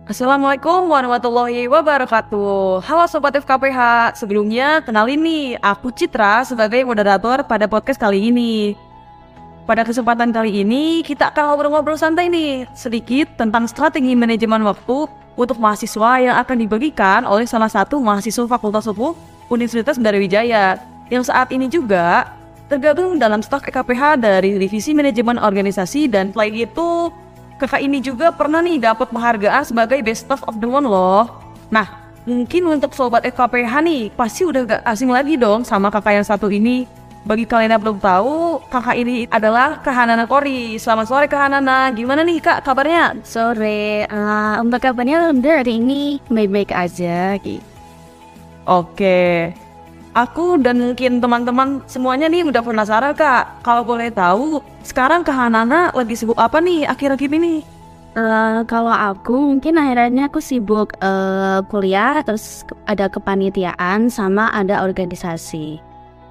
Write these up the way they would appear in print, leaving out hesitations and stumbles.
Assalamualaikum warahmatullahi wabarakatuh. Halo Sobat FKPH, sebelumnya kenalin nih, aku Citra sebagai moderator pada podcast kali ini. Pada kesempatan kali ini, kita akan ngobrol-ngobrol santai nih, sedikit tentang strategi manajemen waktu untuk mahasiswa yang akan dibagikan oleh salah satu mahasiswa Fakultas Hukum Universitas Brawijaya, yang saat ini juga tergabung dalam staf FKPH dari Divisi Manajemen Organisasi, dan selain itu kakak ini juga pernah nih dapat penghargaan sebagai Best Staff of the Month loh. Nah, mungkin untuk sobat FKPH nih pasti udah gak asing lagi dong sama kakak yang satu ini. Bagi kalian yang belum tahu, kakak ini adalah Kak Hanana Kori. Selamat sore Kak Hanana, gimana nih Kak kabarnya? Sore, untuk kabarnya alhamdulillah hari ini baik-baik aja gitu. Oke, aku dan mungkin teman-teman semuanya nih udah penasaran Kak. Kalau boleh tahu, sekarang Kak Hanana lagi sibuk apa nih akhir-akhir ini? Kalau aku mungkin akhirnya aku sibuk kuliah, terus ada kepanitiaan sama ada organisasi.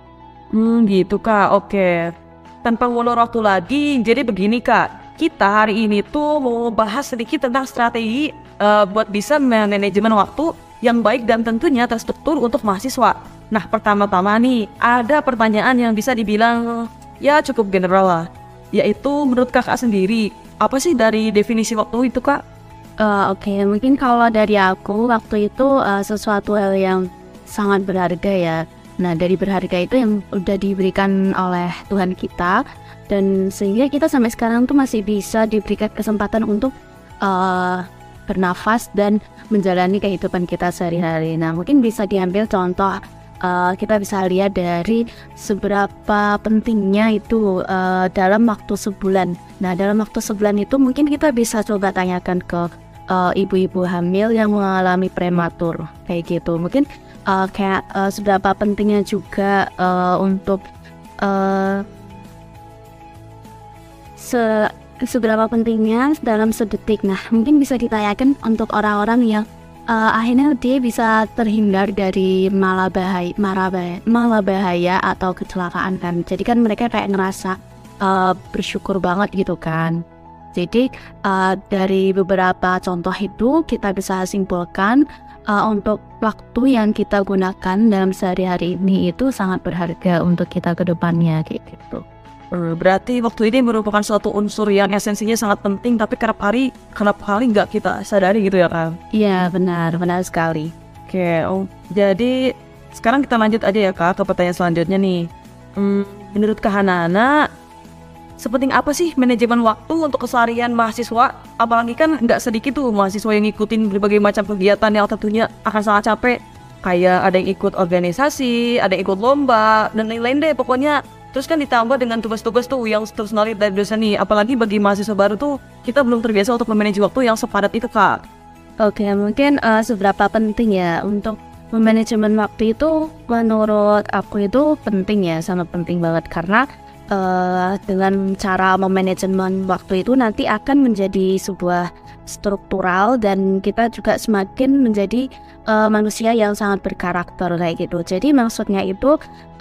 Gitu Kak, oke. Tanpa ngulur waktu lagi, jadi begini Kak. Kita hari ini tuh mau bahas sedikit tentang strategi buat bisa manajemen waktu yang baik dan tentunya terstruktur untuk mahasiswa. Nah, pertama-tama nih, ada pertanyaan yang bisa dibilang ya cukup general lah. Yaitu menurut kakak sendiri, apa sih dari definisi waktu itu Kak? Oke, mungkin kalau dari aku waktu itu sesuatu hal yang sangat berharga ya. Nah, dari berharga itu yang udah diberikan oleh Tuhan kita, dan sehingga kita sampai sekarang tuh masih bisa diberikan kesempatan untuk bernafas dan menjalani kehidupan kita sehari-hari. Nah, mungkin bisa diambil contoh, kita bisa lihat dari seberapa pentingnya itu dalam waktu sebulan. Nah, dalam waktu sebulan itu mungkin kita bisa coba tanyakan ke ibu-ibu hamil yang mengalami prematur kayak gitu. Mungkin seberapa pentingnya juga untuk seberapa pentingnya dalam sedetik. Nah, mungkin bisa ditanyakan untuk orang-orang yang akhirnya dia bisa terhindar dari malah bahaya atau kecelakaan kan. Jadi kan mereka kayak ngerasa bersyukur banget gitu kan. Jadi dari beberapa contoh itu kita bisa simpulkan untuk waktu yang kita gunakan dalam sehari-hari ini itu sangat berharga untuk kita ke depannya kayak gitu. Berarti waktu ini merupakan suatu unsur yang esensinya sangat penting, tapi kerap kali nggak kita sadari gitu ya Kak? Iya, benar sekali. Oke, jadi sekarang kita lanjut aja ya Kak ke pertanyaan selanjutnya nih. Menurut Kak Hanana, sepenting apa sih manajemen waktu untuk keseharian mahasiswa? Apalagi kan nggak sedikit tuh mahasiswa yang ngikutin berbagai macam kegiatan yang tentunya akan sangat capek. Kayak ada yang ikut organisasi, ada yang ikut lomba, dan lain-lain deh pokoknya. Terus kan ditambah dengan tugas-tugas tuh yang terus ngalir dari dosen nih. Apalagi bagi mahasiswa baru tuh, kita belum terbiasa untuk memanage waktu yang sepadat itu Kak. Oke, mungkin seberapa penting ya untuk memanajemen waktu itu, menurut aku itu penting ya, sangat penting banget. Karena dengan cara memanajemen waktu itu nanti akan menjadi sebuah struktural, dan kita juga semakin menjadi manusia yang sangat berkarakter kayak gitu. Jadi maksudnya itu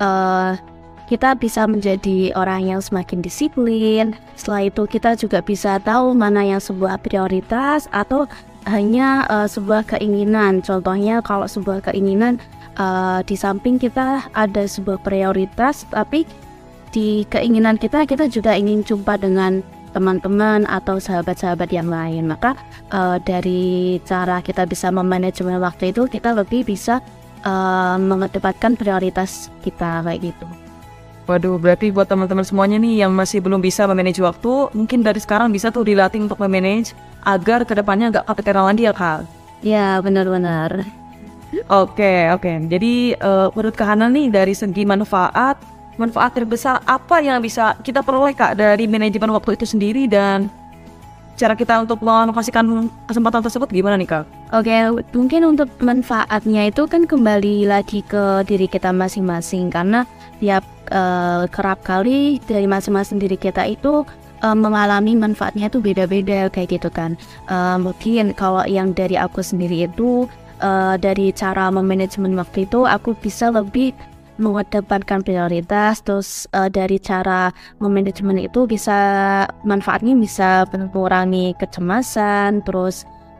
kita bisa menjadi orang yang semakin disiplin. Setelah itu kita juga bisa tahu mana yang sebuah prioritas atau hanya sebuah keinginan. Contohnya kalau sebuah keinginan di samping kita ada sebuah prioritas, tapi di keinginan kita juga ingin jumpa dengan teman-teman atau sahabat-sahabat yang lain. Maka dari cara kita bisa memanajemen waktu itu, kita lebih bisa mengedepankan prioritas kita kayak gitu. Waduh, berarti buat teman-teman semuanya nih yang masih belum bisa memanage waktu, mungkin dari sekarang bisa tuh dilatih untuk memanage agar kedepannya nggak keteteran lagi ya Kak. Ya, benar-benar. Oke. Jadi menurut Kak Hana nih dari segi manfaat terbesar apa yang bisa kita peroleh Kak dari manajemen waktu itu sendiri, dan cara kita untuk mengalokasikan kesempatan tersebut gimana nih Kak? Oke, mungkin untuk manfaatnya itu kan kembali lagi ke diri kita masing-masing, karena tiap kerap kali dari masing-masing diri kita itu mengalami manfaatnya itu beda-beda kayak gitu kan. Mungkin kalau yang dari aku sendiri itu dari cara memanajemen waktu itu aku bisa lebih mengedepankan prioritas. Terus dari cara memanajemen itu bisa manfaatnya bisa mengurangi kecemasan, terus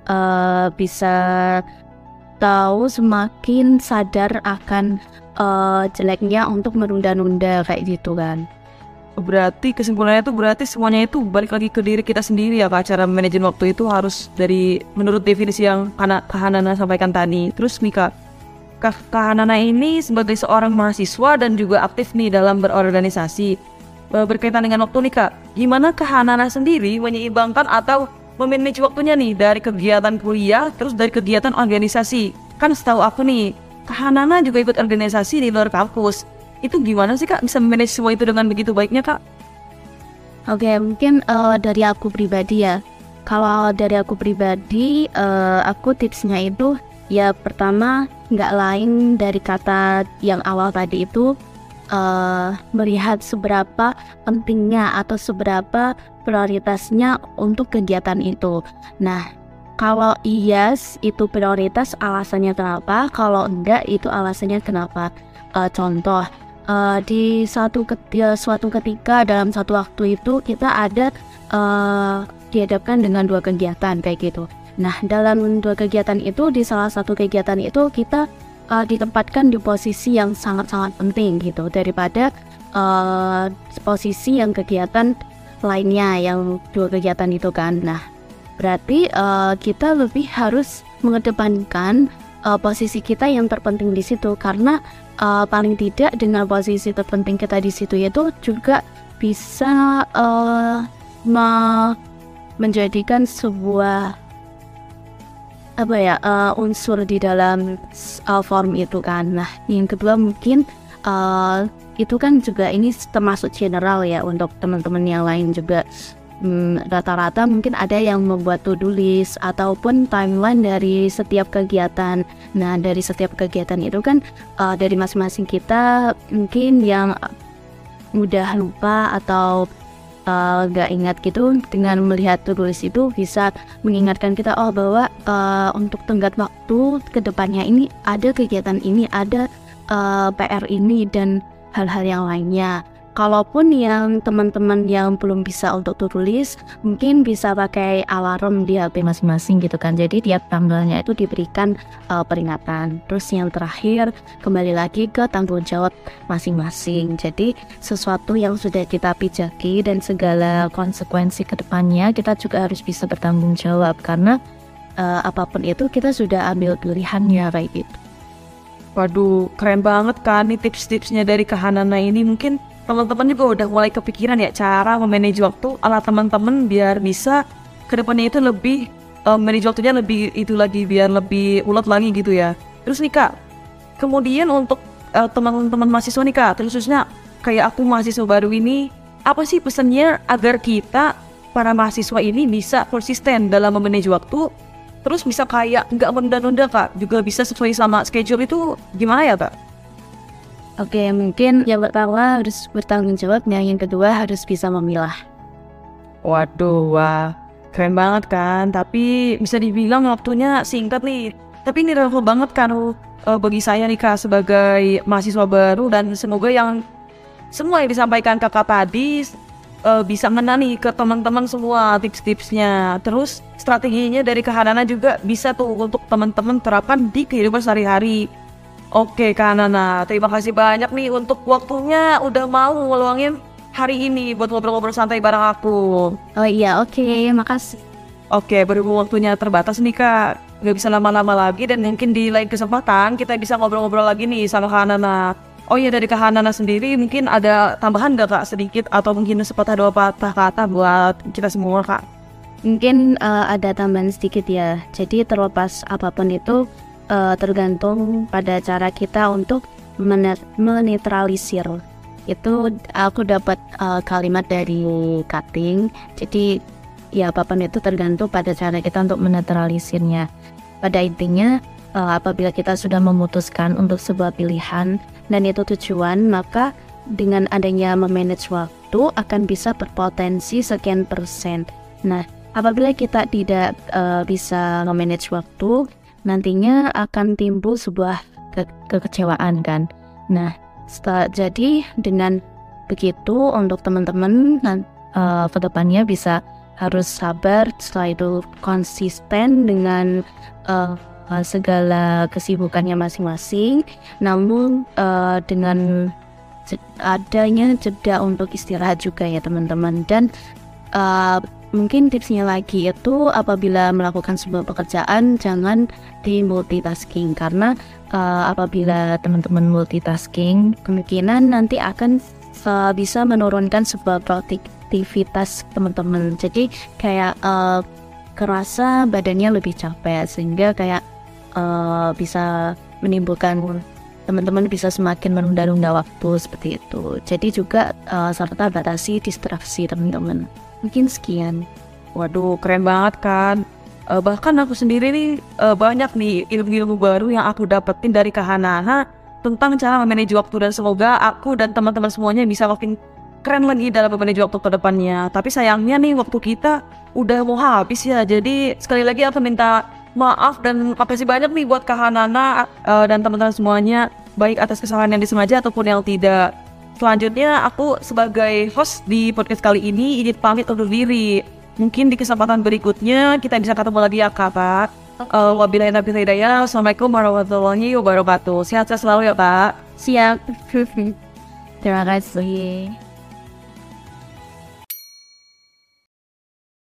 bisa tahu, semakin sadar akan jeleknya untuk menunda-nunda kayak gitu kan. Berarti kesimpulannya tuh berarti semuanya itu balik lagi ke diri kita sendiri ya Kak. Cara manajemen waktu itu harus dari menurut definisi yang Kak Hanana sampaikan tadi. Terus nih Kak Hanana ini sebagai seorang mahasiswa dan juga aktif nih dalam berorganisasi. Berkaitan dengan waktu nih Kak, gimana Kak Hanana sendiri menyeimbangkan atau memanage waktunya nih dari kegiatan kuliah terus dari kegiatan organisasi? Kan setahu aku nih, Kak Hanana juga ikut organisasi di luar kampus. Itu gimana sih Kak bisa manage semua itu dengan begitu baiknya Kak? Oke, mungkin dari aku pribadi ya. Kalau dari aku pribadi, aku tipsnya itu ya pertama nggak lain dari kata yang awal tadi itu, melihat seberapa pentingnya atau seberapa prioritasnya untuk kegiatan itu. Nah, kalau yes itu prioritas, alasannya kenapa, kalau enggak itu alasannya kenapa. Contoh, di suatu ketika dalam satu waktu itu kita ada dihadapkan dengan 2 kegiatan kayak gitu. Nah, dalam 2 kegiatan itu, di salah satu kegiatan itu kita ditempatkan di posisi yang sangat-sangat penting gitu daripada posisi yang kegiatan lainnya yang 2 kegiatan itu kan. Nah, berarti kita lebih harus mengedepankan posisi kita yang terpenting di situ, karena paling tidak dengan posisi terpenting kita di situ itu juga bisa menjadikan sebuah unsur di dalam form itu kan. Nah, yang kedua mungkin itu kan juga ini termasuk general ya untuk teman-teman yang lain juga. Rata-rata mungkin ada yang membuat to-do list ataupun timeline dari setiap kegiatan. Nah, dari setiap kegiatan itu kan dari masing-masing kita mungkin yang mudah lupa atau gak ingat gitu, dengan melihat to-do list itu bisa mengingatkan kita bahwa untuk tenggat waktu ke depannya ini ada kegiatan ini, ada PR ini dan hal-hal yang lainnya. Kalaupun yang teman-teman yang belum bisa untuk to-do list, mungkin bisa pakai alarm di HP masing-masing gitu kan. Jadi tiap tanggalnya itu diberikan peringatan. Terus yang terakhir, kembali lagi ke tanggung jawab masing-masing. Jadi sesuatu yang sudah kita pijaki dan segala konsekuensi kedepannya, kita juga harus bisa bertanggung jawab. Karena apapun itu kita sudah ambil pilihannya kayak gitu. Waduh, keren banget kan nih tips-tipsnya dari Kak Hanana ini. Mungkin teman-teman juga udah mulai kepikiran ya cara memanage waktu ala teman-teman biar bisa kedepannya itu lebih manage waktunya lebih itu lagi, biar lebih ulet lagi gitu ya. Terus nih Kak, kemudian untuk teman-teman mahasiswa nih Kak, khususnya kayak aku mahasiswa baru ini, apa sih pesannya agar kita para mahasiswa ini bisa konsisten dalam memanage waktu, terus bisa kayak nggak menunda-nunda Kak, juga bisa sesuai sama schedule, itu gimana ya Kak? Oke, mungkin yang pertama harus bertanggung jawab, yang kedua harus bisa memilah. Waduh, wah, keren banget kan. Tapi bisa dibilang waktunya singkat nih. Tapi ini relevan banget kan bagi saya nih Kak sebagai mahasiswa baru, dan semoga yang semua yang disampaikan Kakak tadi bisa ngena nih ke teman-teman semua tips-tipsnya. Terus strateginya dari Kak Hanana juga bisa tuh untuk teman-teman terapkan di kehidupan sehari-hari. Oke Kak Hanana, terima kasih banyak nih untuk waktunya udah mau ngeluangin hari ini buat ngobrol-ngobrol santai bareng aku. Oh iya, oke, makasih. Oke, berhubung waktunya terbatas nih Kak, gak bisa lama-lama lagi, dan mungkin di lain kesempatan kita bisa ngobrol-ngobrol lagi nih sama Kak Hanana. Oh iya, dari Kak Hanana sendiri mungkin ada tambahan gak Kak sedikit, atau mungkin sepatah dua patah kata buat kita semua Kak? Mungkin ada tambahan sedikit ya. Jadi terlepas apapun itu, tergantung pada cara kita untuk menetralisir. Itu aku dapat kalimat dari cutting. Jadi ya apapun itu tergantung pada cara kita untuk menetralisirnya. Pada intinya apabila kita sudah memutuskan untuk sebuah pilihan dan itu tujuan, maka dengan adanya memanage waktu akan bisa berpotensi sekian persen. Nah, apabila kita tidak bisa memanage waktu, nantinya akan timbul sebuah kekecewaan kan. Nah, jadi dengan begitu untuk teman-teman kedepannya bisa harus sabar, setelah itu konsisten dengan segala kesibukannya masing-masing, namun dengan adanya jeda untuk istirahat juga ya teman-teman. Dan mungkin tipsnya lagi itu apabila melakukan sebuah pekerjaan jangan di multitasking, karena apabila teman-teman multitasking kemungkinan nanti akan bisa menurunkan sebuah produktivitas teman-teman. Jadi kayak kerasa badannya lebih capek, sehingga kayak bisa menimbulkan teman-teman bisa semakin menunda-nunda waktu seperti itu. Jadi juga serta batasi distraksi teman-teman. Mungkin sekian. Waduh, keren banget kan. Bahkan aku sendiri nih banyak nih ilmu-ilmu baru yang aku dapetin dari Kak Hana tentang cara memanage waktu, dan semoga aku dan teman-teman semuanya bisa makin keren lagi dalam memanage waktu ke depannya. Tapi sayangnya nih waktu kita udah mau habis ya. Jadi sekali lagi aku minta maaf dan makasih banyak nih buat Kak Hana dan teman-teman semuanya, baik atas kesalahan yang disengaja ataupun yang tidak. Selanjutnya aku sebagai host di podcast kali ini izin pamit undur diri. Mungkin di kesempatan berikutnya kita bisa ketemu lagi ya Kak. Wabillahi taufiq wal hidayah. Assalamualaikum warahmatullahi wabarakatuh. Sehat-sehat selalu ya Kak. Siap. Terima kasih.